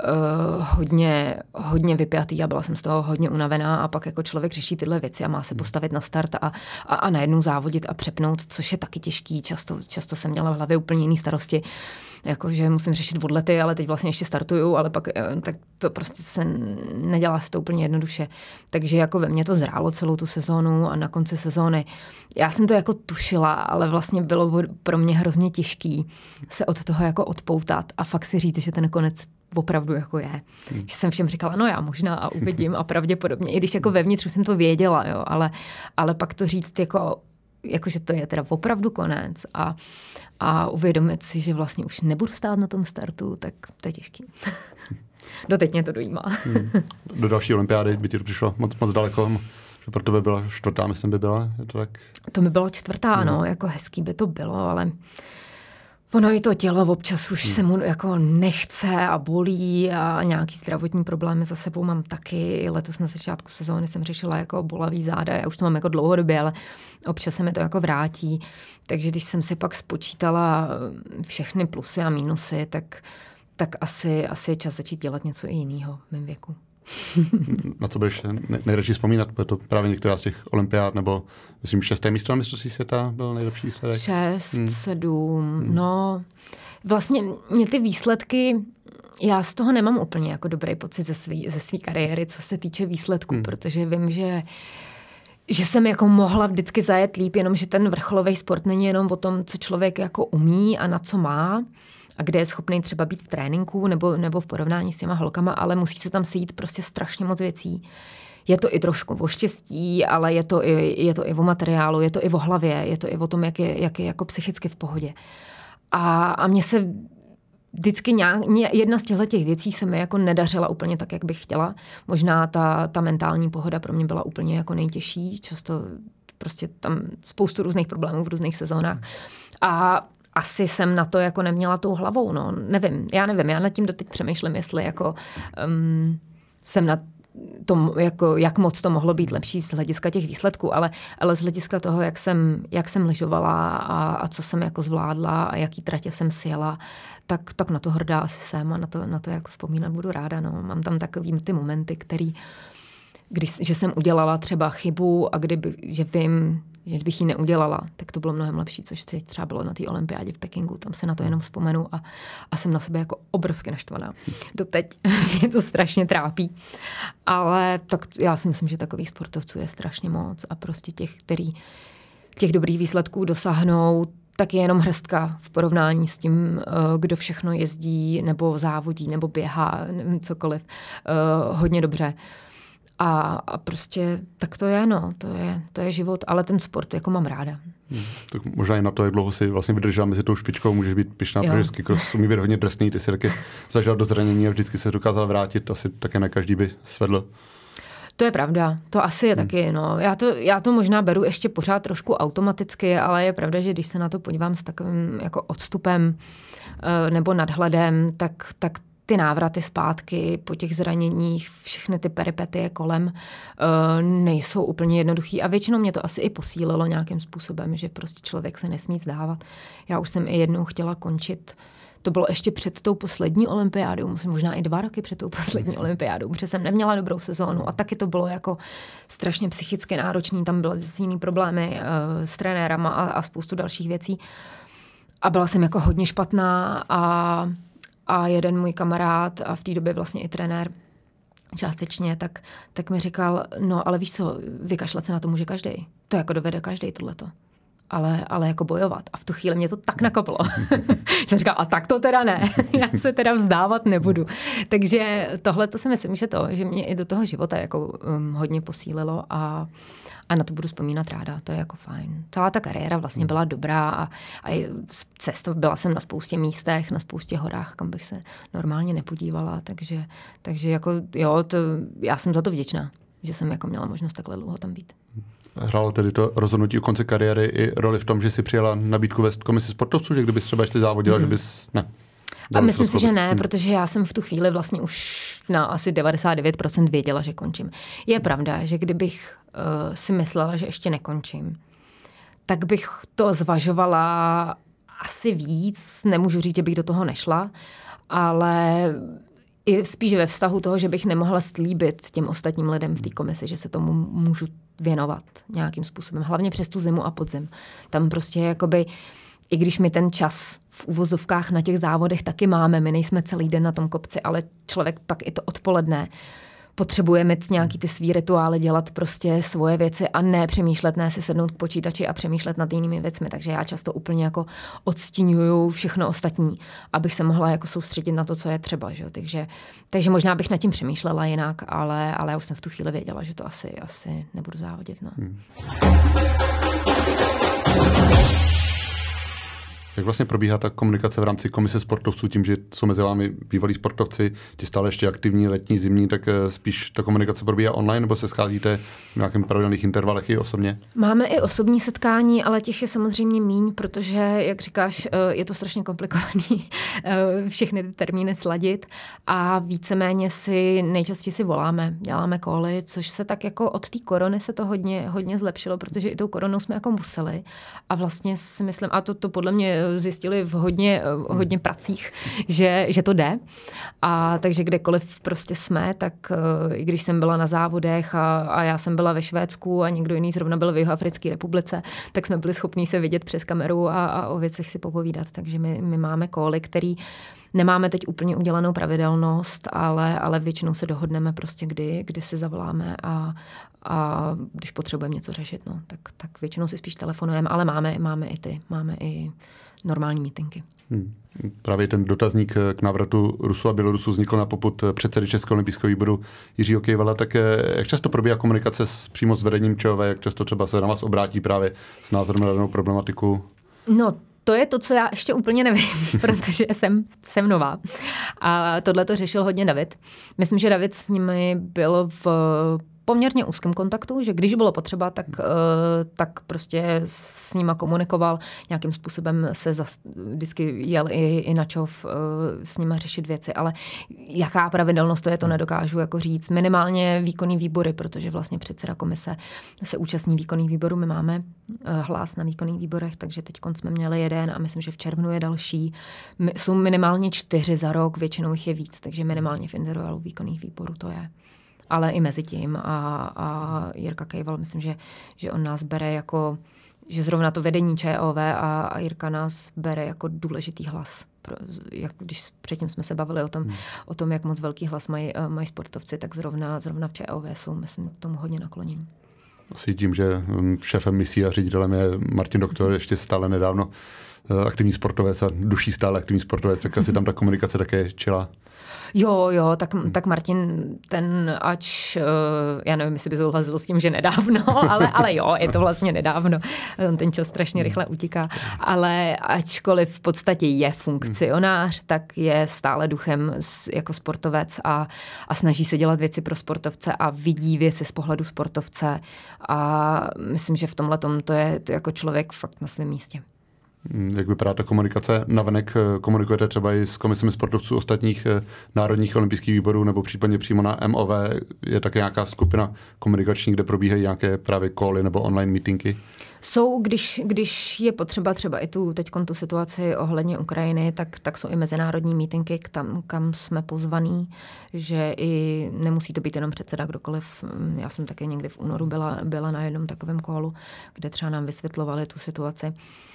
hodně vypjatý a byla jsem z toho hodně unavená a pak jako člověk řeší tyhle věci a má se postavit na start a najednou závodit a přepnout, což je taky těžký. Často jsem měla v hlavě úplně jiný starosti, jakože musím řešit odlety, ale teď vlastně ještě startuju, ale pak tak to prostě nedělá se to úplně jednoduše. Takže jako ve mně to zrálo celou tu sezónu a na konci sezóny. Já jsem to jako tušila, ale vlastně bylo pro mě hrozně těžký se od toho jako odpoutat a fakt si říct, že ten konec opravdu jako je. Že jsem všem říkala, no já možná a uvidím a pravděpodobně, i když jako vevnitř jsem to věděla, jo, ale pak to říct jako že to je teda opravdu konec a uvědomit si, že vlastně už nebudu stát na tom startu, tak to je těžký. Doteď mě to dojímá. Do další olympiády by ti to přišlo moc daleko, že pro tebe byla 4., myslím, by byla, je to tak? To mi bylo 4., no, jako hezký by to bylo, ale ono i to tělo občas už se mu jako nechce a bolí a nějaký zdravotní problémy za sebou mám taky. Letos na začátku sezóny jsem řešila jako bolavý záda, já už to mám jako dlouhodobě, ale občas se mi to jako vrátí. Takže když jsem si pak spočítala všechny plusy a mínusy, tak asi je čas začít dělat něco i jiného v mém věku. Na co budeš nejradši vzpomínat? Bude to právě některá z těch olympiád, nebo myslím 6. místo na mistrovství světa byl nejlepší výsledek? 6, 7, no. Vlastně mě ty výsledky, já z toho nemám úplně jako dobrý pocit ze své kariéry, co se týče výsledků, protože vím, že jsem jako mohla vždycky zajet líp, jenomže ten vrcholový sport není jenom o tom, co člověk jako umí a na co má, a kde je schopný třeba být v tréninku nebo v porovnání s těma holkama, ale musí se tam sejít prostě strašně moc věcí. Je to i trošku o štěstí, ale je to i o materiálu, je to i o hlavě, je to i o tom, jak je jako psychicky v pohodě. A mně se vždycky jedna z těch věcí se mi jako nedařila úplně tak, jak bych chtěla. Možná ta mentální pohoda pro mě byla úplně jako nejtěžší, často prostě tam spoustu různých problémů v různých sezónách. A asi jsem na to jako neměla tou hlavou, no, já nevím, já nad tím doteď přemýšlím, jestli jako jsem na tom, jako, jak moc to mohlo být lepší z hlediska těch výsledků, ale z hlediska toho, jak jsem lyžovala a co jsem jako zvládla a jaký tratě jsem sjela, tak na to hrdá asi jsem a na to jako vzpomínat budu ráda, no. Mám tam takový ty momenty, že jsem udělala třeba chybu a že vím, že kdybych ji neudělala, tak to bylo mnohem lepší, což třeba bylo na té olympiádě v Pekingu. Tam se na to jenom vzpomenu a jsem na sebe jako obrovsky naštvaná. Doteď mě to strašně trápí. Ale tak já si myslím, že takových sportovců je strašně moc a prostě těch dobrých výsledků dosáhnou, tak je jenom hrstka v porovnání s tím, kdo všechno jezdí nebo závodí nebo běhá, nevím, cokoliv, hodně dobře. A prostě tak to je, no, to je život, ale ten sport jako mám ráda. Tak možná i na to, jak dlouho si vlastně vydržela mezi tou špičkou, můžeš být pyšná, protože skikros umí být hodně drsný, ty si taky zažila do zranění a vždycky se dokázala vrátit, asi také ne každý by svedl. To je pravda, to asi je taky, no. Já to možná beru ještě pořád trošku automaticky, ale je pravda, že když se na to podívám s takovým jako odstupem nebo nadhledem, tak ty návraty zpátky po těch zraněních, všechny ty peripetie kolem nejsou úplně jednoduchý a většinou mě to asi i posílilo nějakým způsobem, že prostě člověk se nesmí vzdávat. Já už jsem i jednou chtěla končit, to bylo ještě před tou poslední olympiádou, možná i 2 roky před tou poslední olympiádou, protože jsem neměla dobrou sezónu a taky to bylo jako strašně psychicky náročný, tam byly jiný problémy s trenérama a spoustu dalších věcí. A byla jsem jako hodně špatná a jeden můj kamarád a v té době vlastně i trenér částečně, tak mi říkal, no ale víš co, vykašlat se na to může každej. To jako dovede každej tohleto. Ale jako bojovat. A v tu chvíli mě to tak nakoplo. Jsem říkala, a tak to teda ne. Já se teda vzdávat nebudu. Takže tohle to si myslím, že mě i do toho života jako hodně posílilo a na to budu vzpomínat ráda. To je jako fajn. Celá ta kariéra vlastně byla dobrá a byla jsem na spoustě místech, na spoustě horách, kam bych se normálně nepodívala. Takže jako jo, já jsem za to vděčná, že jsem jako měla možnost takhle dlouho tam být. Hrálo tedy to rozhodnutí o konci kariéry i roli v tom, že si přijela nabídku vést komisi sportovců, že kdybys třeba ještě závodila, že bys ne? A myslím si, že ne, protože já jsem v tu chvíli vlastně už na asi 99% věděla, že končím. Je pravda, že kdybych si myslela, že ještě nekončím, tak bych to zvažovala asi víc. Nemůžu říct, že bych do toho nešla, ale i spíš ve vztahu toho, že bych nemohla slíbit těm ostatním lidem v té komisi, že se tomu můžu věnovat nějakým způsobem. Hlavně přes tu zimu a podzim. Tam prostě jakoby, i když my ten čas v uvozovkách na těch závodech taky máme, my nejsme celý den na tom kopci, ale člověk pak i to odpoledne potřebuje mít nějaký ty svý rituály, dělat prostě svoje věci a ne přemýšlet, ne si sednout k počítači a přemýšlet nad jinými věcmi. Takže já často úplně jako odstíňuju všechno ostatní, abych se mohla jako soustředit na to, co je třeba. Že? Takže možná bych nad tím přemýšlela jinak, ale já už jsem v tu chvíli věděla, že to asi nebudu závodit. No. Jak vlastně probíhá ta komunikace v rámci komise sportovců tím, že jsou mezi vámi bývalí sportovci, ti stále ještě aktivní, letní, zimní, tak spíš ta komunikace probíhá online, nebo se scházíte v nějakém pravidelných intervalech i osobně? Máme i osobní setkání, ale těch je samozřejmě míň, protože, jak říkáš, je to strašně komplikovaný všechny ty termíny sladit a víceméně nejčastěji si voláme, děláme koly, což se tak jako od té korony se to hodně zlepšilo, protože i tou koronou jsme jako museli a vlastně si myslím, a to podle mě zjistili v hodně pracích, že to jde. A takže kdekoliv prostě jsme, tak i když jsem byla na závodech a já jsem byla ve Švédsku a někdo jiný zrovna byl v Jihoafrické republice, tak jsme byli schopní se vidět přes kameru a o věcech si popovídat. Takže my máme koly, který nemáme teď úplně udělanou pravidelnost, ale většinou se dohodneme prostě, kdy si zavoláme a když potřebujeme něco řešit, no, tak většinou si spíš telefonujeme, ale máme i normální meetingy. Právě ten dotazník k návratu Rusů a Bělorusů vznikl na popud předsedy Českého olympijského výboru Jiřího Kejvala. Tak jak často probíhá komunikace přímo s vedením ČOV, jak často třeba se na vás obrátí právě s názorem na danou problematiku? No, to je to, co já ještě úplně nevím, protože jsem nová. A tohle to řešil hodně David. Myslím, že David s nimi byl v poměrně úzkém kontaktu, že když bylo potřeba, tak prostě s nima komunikoval, nějakým způsobem se vždycky jel i na ČOV s nima řešit věci, ale jaká pravidelnost to je, to nedokážu jako říct. Minimálně výkonný výbory, protože vlastně předseda komise se účastní výkonných výborů, my máme hlas na výkonných výborech, takže teď jsme měli jeden a myslím, že v červnu je další. Jsou minimálně 4 za rok, většinou jich je víc, takže minimálně v intervalu výkonných výborů to je. Ale i mezi tím a Jirka Kejval, myslím, že on nás bere jako, že zrovna to vedení ČOV a Jirka nás bere jako důležitý hlas. Když předtím jsme se bavili o tom, jak moc velký hlas mají sportovci, tak zrovna v ČOV jsou, myslím, tomu hodně naklonění. Asi tím, že šéfem misí a ředitelem je Martin Doktor, ještě stále nedávno aktivní sportovec a duší stále aktivní sportovec, tak asi tam ta komunikace také čila. Jo, tak Martin, já nevím, jestli by souhlasil s tím, že nedávno, ale jo, je to vlastně nedávno. Ten čas strašně rychle utíká. Ale ačkoliv v podstatě je funkcionář, tak je stále duchem jako sportovec a snaží se dělat věci pro sportovce a vidí věci z pohledu sportovce. A myslím, že v tomhletom to je jako člověk fakt na svém místě. Jak vypadá ta komunikace navenek? Komunikujete třeba i s komisemi sportovců ostatních národních olympijských výborů nebo případně přímo na MOV? Je také nějaká skupina komunikační, kde probíhají nějaké právě cally nebo online meetingy? Jsou, když je potřeba třeba i tu situaci ohledně Ukrajiny, tak jsou i mezinárodní meetingy, kam jsme pozvaní, že i nemusí to být jenom předseda kdokoliv. Já jsem také někdy v únoru byla na jednom takovém callu, kde třeba nám vysvětlovali tu situaci.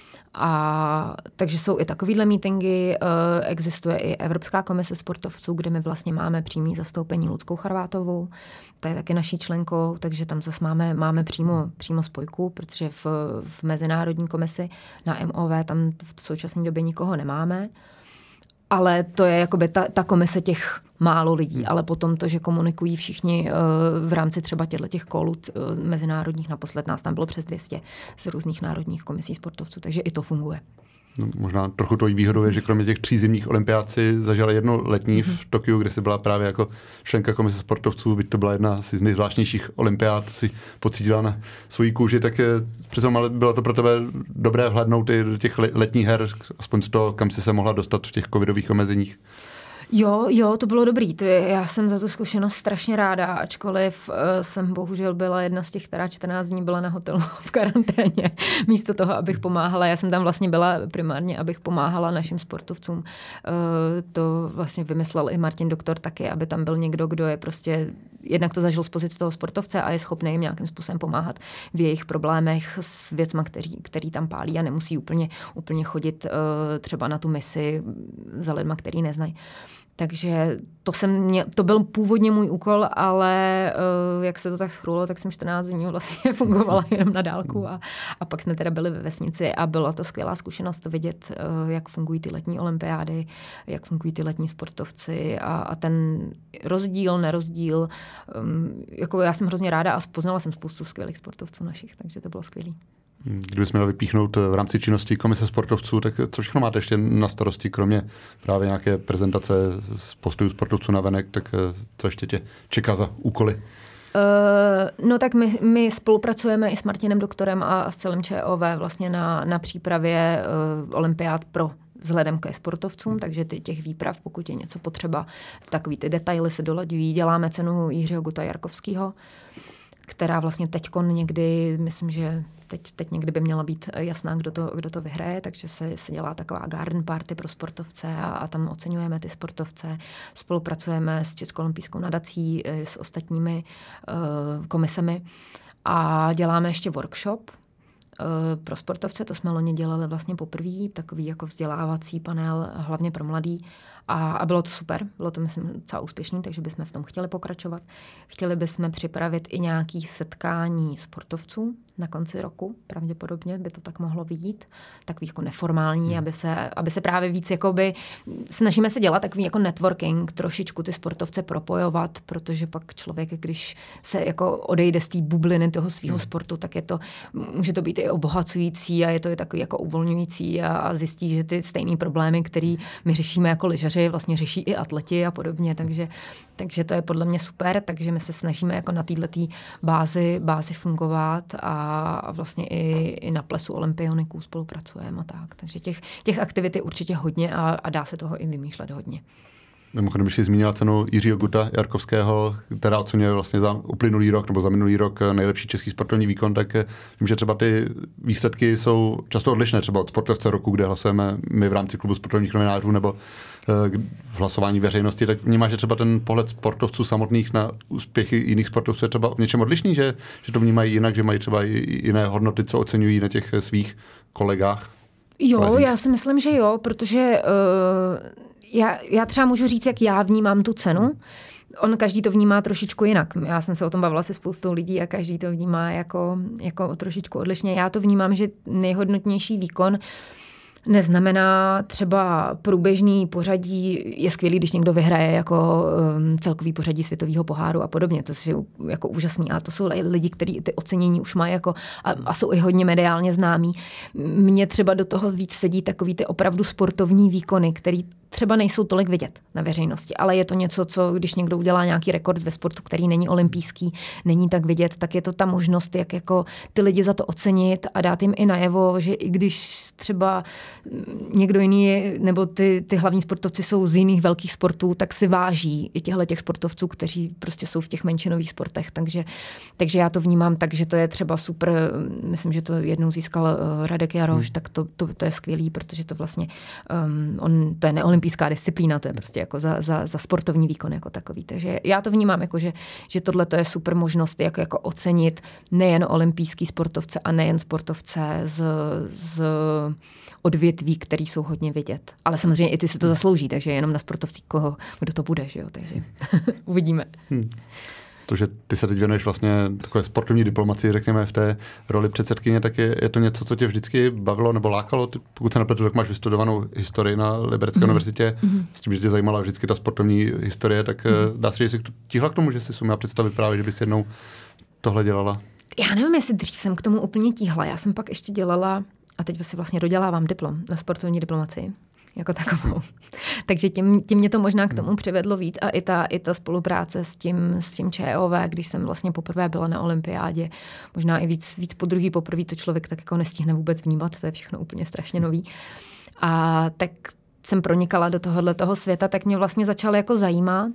Takže jsou i takovýhle meetingy, existuje i Evropská komise sportovců, kde my vlastně máme přímý zastoupení Luckou Charvátovou, ta je taky naší členkou, takže tam zase máme přímo spojku, protože v mezinárodní komisi na MOV tam v současné době nikoho nemáme. Ale to je jakoby ta komise těch málo lidí, ale potom to, že komunikují všichni v rámci třeba těch kolů mezinárodních, naposled nás tam bylo přes 200 z různých národních komisí sportovců, takže i to funguje. No, možná trochu to výhodou je, že kromě těch 3 zimních olympiád si zažila jedno letní v Tokiu, kde si byla právě jako členka komise sportovců, byť to byla jedna z nejzvláštnějších olympiád, si pocítila na svojí kůži, tak přece bylo to pro tebe dobré vhlédnout i do těch letních her, aspoň z toho, kam si se mohla dostat v těch covidových omezeních. Jo, to bylo dobrý. Já jsem za tu zkušenost strašně ráda, ačkoliv jsem bohužel byla jedna z těch, která 14 dní byla na hotelu v karanténě. Místo toho, abych pomáhala. Já jsem tam vlastně byla primárně, abych pomáhala našim sportovcům. To vlastně vymyslel i Martin Doktor taky, aby tam byl někdo, kdo je prostě, jednak to zažil z pozice toho sportovce a je schopný jim nějakým způsobem pomáhat v jejich problémech s věcma, který tam pálí a nemusí úplně chodit třeba na tu misi za lidma, který neznají. Takže to byl původně můj úkol, ale jak se to tak schrulo, tak jsem 14 dní vlastně fungovala jenom na dálku a pak jsme teda byli ve vesnici a byla to skvělá zkušenost vidět, jak fungují ty letní olympiády, jak fungují ty letní sportovci a ten rozdíl, nerozdíl. Jako já jsem hrozně ráda a poznala jsem spoustu skvělých sportovců našich, takže to bylo skvělý. Kdybychom měli vypíchnout v rámci činnosti komise sportovců, tak co všechno máte ještě na starosti, kromě právě nějaké prezentace z postojů sportovců na venek, tak co ještě tě čeká za úkoly? No tak my spolupracujeme i s Martinem Doktorem a s celým ČOV vlastně na přípravě olympiád pro vzhledem ke sportovcům, takže těch výprav, pokud je něco potřeba, takový ty detaily se dolaďují. Děláme cenu Jiřího Guta Jarkovského, která vlastně teďkon někdy, myslím, že teď někdy by měla být jasná, kdo to vyhraje, takže se dělá taková garden party pro sportovce a tam oceňujeme ty sportovce. Spolupracujeme s Českou olympijskou nadací, s ostatními komisemi a děláme ještě workshop pro sportovce. To jsme loni dělali vlastně poprvé, takový jako vzdělávací panel, hlavně pro mladý. A bylo to super, bylo to, myslím, docela úspěšný, takže bychom v tom chtěli pokračovat. Chtěli bychom připravit i nějaké setkání sportovců na konci roku, pravděpodobně by to tak mohlo vyjít, takový jako neformální, aby se právě víc jakoby, snažíme se dělat takový jako networking, trošičku ty sportovce propojovat, protože pak člověk, když se jako odejde z té bubliny toho svého sportu, tak může to být i obohacující a je to i takový jako uvolňující a zjistí, že ty stejné problémy, které my řešíme jako lyžaři, vlastně řeší i atleti a podobně, takže to je podle mě super, takže my se snažíme jako na této bázi fungovat a vlastně i na plesu olympioniků spolupracujeme a tak. Takže těch aktivit je určitě hodně a dá se toho i vymýšlet hodně. Mimochodem, když jsi zmínila cenu Jiřího Guta Jarkovského, která oceňuje vlastně za uplynulý rok nebo za minulý rok nejlepší český sportovní výkon, tak vím, že třeba ty výsledky jsou často odlišné, třeba od sportovce roku, kde hlasujeme my v rámci klubu sportovních novinářů nebo v hlasování veřejnosti, tak vnímáš, že třeba ten pohled sportovců samotných na úspěchy jiných sportovců je třeba v něčem odlišný, že to vnímají jinak, že mají třeba jiné hodnoty, co oceňují na těch svých kolegách? Jo, já si myslím, že jo, protože já třeba můžu říct, jak já vnímám tu cenu. Každý to vnímá trošičku jinak. Já jsem se o tom bavila se spoustou lidí a každý to vnímá jako trošičku odlišně. Já to vnímám, že nejhodnotnější výkon neznamená třeba průběžný pořadí, je skvělý, když někdo vyhraje jako celkový pořadí světového poháru a podobně, to je jako úžasný a to jsou lidi, kteří ty ocenění už mají jako a jsou i hodně mediálně známí. Mně třeba do toho víc sedí takový ty opravdu sportovní výkony, který třeba nejsou tolik vidět na veřejnosti, ale je to něco, co když někdo udělá nějaký rekord ve sportu, který není olympijský, není tak vidět, tak je to ta možnost, jak jako ty lidi za to ocenit a dát jim i najevo, že i když třeba někdo jiný nebo ty hlavní sportovci jsou z jiných velkých sportů, tak si váží i těch sportovců, kteří prostě jsou v těch menšinových sportech. Takže já to vnímám tak, že to je třeba super, myslím, že to jednou získal Radek Jaroš, tak to je skvělý, protože to vlastně to je neolympijská disciplína, to je prostě jako za sportovní výkon jako takový. Takže já to vnímám jako, že tohle to je super možnost, jak jako ocenit nejen olympijský sportovce a nejen sportovce z odvětví, který jsou hodně vidět. Ale samozřejmě i ty si to zaslouží, takže jenom na sportovcí kdo to bude, že jo, takže uvidíme. To, že ty se teď věnuješ vlastně takové sportovní diplomacii, řekněme, v té roli předsedkyně, tak je to něco, co tě vždycky bavilo nebo lákalo? Pokud se nepletu, tak máš vystudovanou historii na Liberecké univerzitě, s tím, že tě zajímala vždycky ta sportovní historie, tak dá se říct, že jsi tíhla k tomu, že jsi uměla představit právě, že bys jednou tohle dělala? Já nevím, jestli dřív jsem k tomu úplně tíhla. Já jsem pak ještě dělala, a teď si vlastně dodělávám diplom na sportovní diplomacii jako takovou. Takže tím mě to možná k tomu přivedlo víc a i ta spolupráce s tím ČOV, když jsem vlastně poprvé byla na olympiádě, možná i víc poprvé to člověk tak jako nestihne vůbec vnímat, to je všechno úplně strašně nový. A tak jsem pronikala do toho světa, tak mě vlastně začalo jako zajímat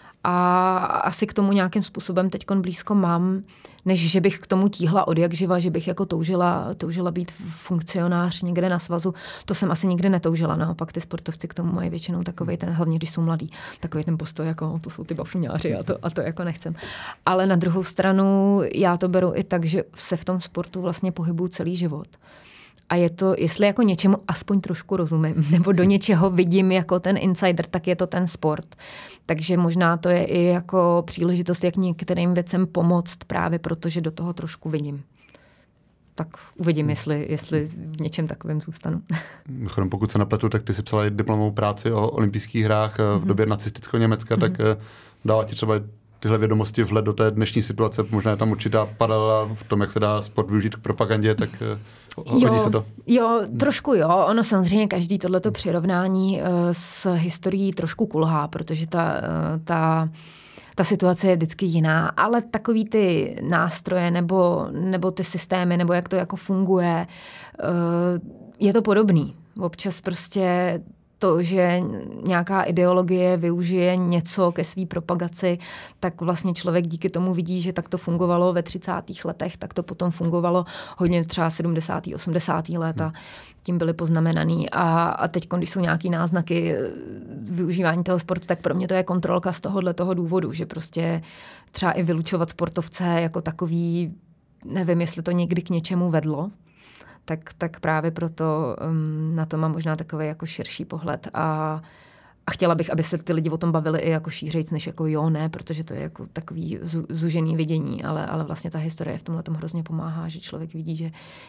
a asi k tomu nějakým způsobem teďkon blízko mám, než že bych k tomu tíhla od jak živa, že bych jako toužila být funkcionář někde na svazu. To jsem asi nikdy netoužila. Naopak ty sportovci k tomu mají většinou takovej ten, hlavně když jsou mladí, takový ten postoj, jako to jsou ty bafňáři a to jako nechcem. Ale na druhou stranu já to beru i tak, že se v tom sportu vlastně pohybuju celý život. A je to, jestli jako něčemu aspoň trošku rozumím, nebo do něčeho vidím jako ten insider, tak je to ten sport. Takže možná to je i jako příležitost, jak některým věcem pomoct právě protože do toho trošku vidím. Tak uvidím, jestli v něčem takovém zůstanu. Pokud se nepletu, tak ty jsi psala i diplomovou práci o olympijských hrách v době nacistického Německa, tak dává ti třeba tyhle vědomosti vhled do té dnešní situace, možná je tam určitá paralela v tom, jak se dá sport využít k propagandě, tak hodí se to? Jo, trošku jo. Ono samozřejmě každý tohleto přirovnání s historií trošku kulhá, protože ta situace je vždycky jiná, ale takový ty nástroje nebo ty systémy, nebo jak to jako funguje, je to podobný. Občas prostě to, že nějaká ideologie využije něco ke své propagaci, tak vlastně člověk díky tomu vidí, že tak to fungovalo ve 30. letech, tak to potom fungovalo hodně třeba 70. 80. léta. Tím byly poznamenaný. A teď, když jsou nějaký náznaky využívání toho sportu, tak pro mě to je kontrolka z toho důvodu, že prostě třeba i vylučovat sportovce jako takový, nevím, jestli to někdy k něčemu vedlo, tak právě proto na to mám možná takový jako širší pohled a chtěla bych, aby se ty lidi o tom bavili i jako šířejc, než jako jo, ne, protože to je jako takový zužený vidění, ale vlastně ta historie v tomhle tom hrozně pomáhá, že člověk vidí,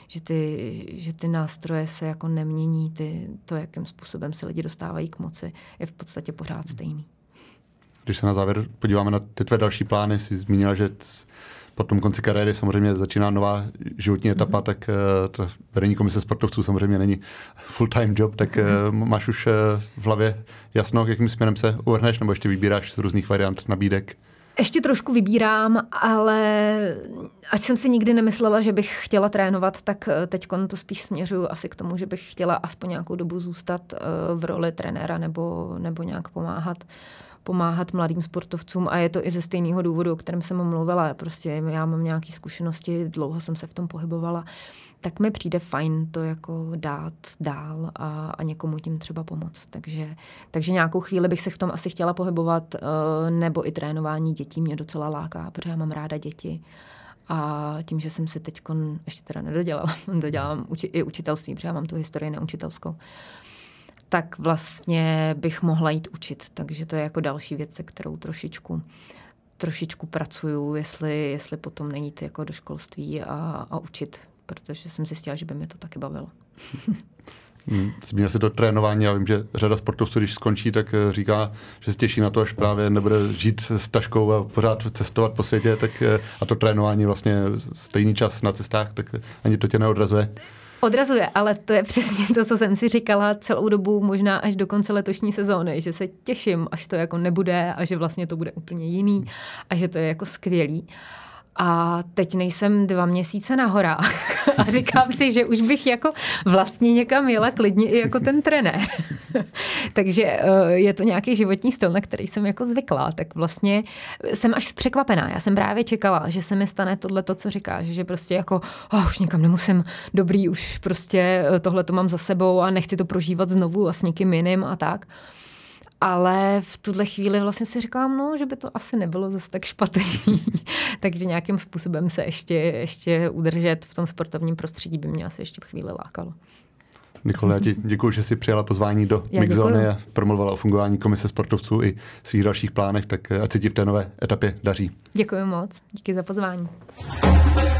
že ty nástroje se jako nemění, to, jakým způsobem se lidi dostávají k moci, je v podstatě pořád stejný. Když se na závěr podíváme na ty tvé další plány, jsi zmínila, že po tom konci kariéry samozřejmě začíná nová životní etapa, tak vedení komise sportovců samozřejmě není full-time job, tak máš už v hlavě jasno, jakým směrem se uvrhneš, nebo ještě vybíráš z různých variant nabídek? Ještě trošku vybírám, ale ať jsem si nikdy nemyslela, že bych chtěla trénovat, tak teď to spíš směřuju asi k tomu, že bych chtěla aspoň nějakou dobu zůstat v roli trenéra nebo nějak pomáhat mladým sportovcům a je to i ze stejného důvodu, o kterém jsem mluvila. Prostě já mám nějaké zkušenosti, dlouho jsem se v tom pohybovala, tak mi přijde fajn to jako dát dál a někomu tím třeba pomoct. Takže nějakou chvíli bych se v tom asi chtěla pohybovat, nebo i trénování dětí mě docela láká, protože já mám ráda děti. A tím, že jsem si teď ještě teda dodělám i učitelství, protože já mám tu historii neučitelskou, tak vlastně bych mohla jít učit. Takže to je jako další věc, se kterou trošičku pracuju, jestli potom nejít jako do školství a učit, protože jsem zjistila, že by mě to taky bavilo. Zmínil se to trénování, já vím, že řada sportovců, když skončí, tak říká, že se těší na to, až právě nebude žít s taškou a pořád cestovat po světě, tak a to trénování vlastně stejný čas na cestách, tak ani to tě neodrazuje. Odrazuje, ale to je přesně to, co jsem si říkala celou dobu, možná až do konce letošní sezóny, že se těším, až to jako nebude a že vlastně to bude úplně jiný a že to je jako skvělý. A teď nejsem 2 měsíce na horách a říkám si, že už bych jako vlastně někam jela klidně i jako ten trenér. Takže je to nějaký životní styl, na který jsem jako zvyklá. Tak vlastně jsem až překvapená. Já jsem právě čekala, že se mi stane tohleto, co říkáš, že prostě jako už někam nemusím, dobrý, už prostě tohleto mám za sebou a nechci to prožívat znovu a s někým jiným a tak. Ale v tuhle chvíli vlastně si říkám, že by to asi nebylo zase tak špatný. Takže nějakým způsobem se ještě udržet v tom sportovním prostředí by mě asi ještě chvíli lákalo. Nikole, já ti děkuji, že jsi přijala pozvání do Mixzóny a promluvala o fungování komise sportovců i svých dalších plánech, tak ať se ti v té nové etapě daří. Děkuji moc, díky za pozvání.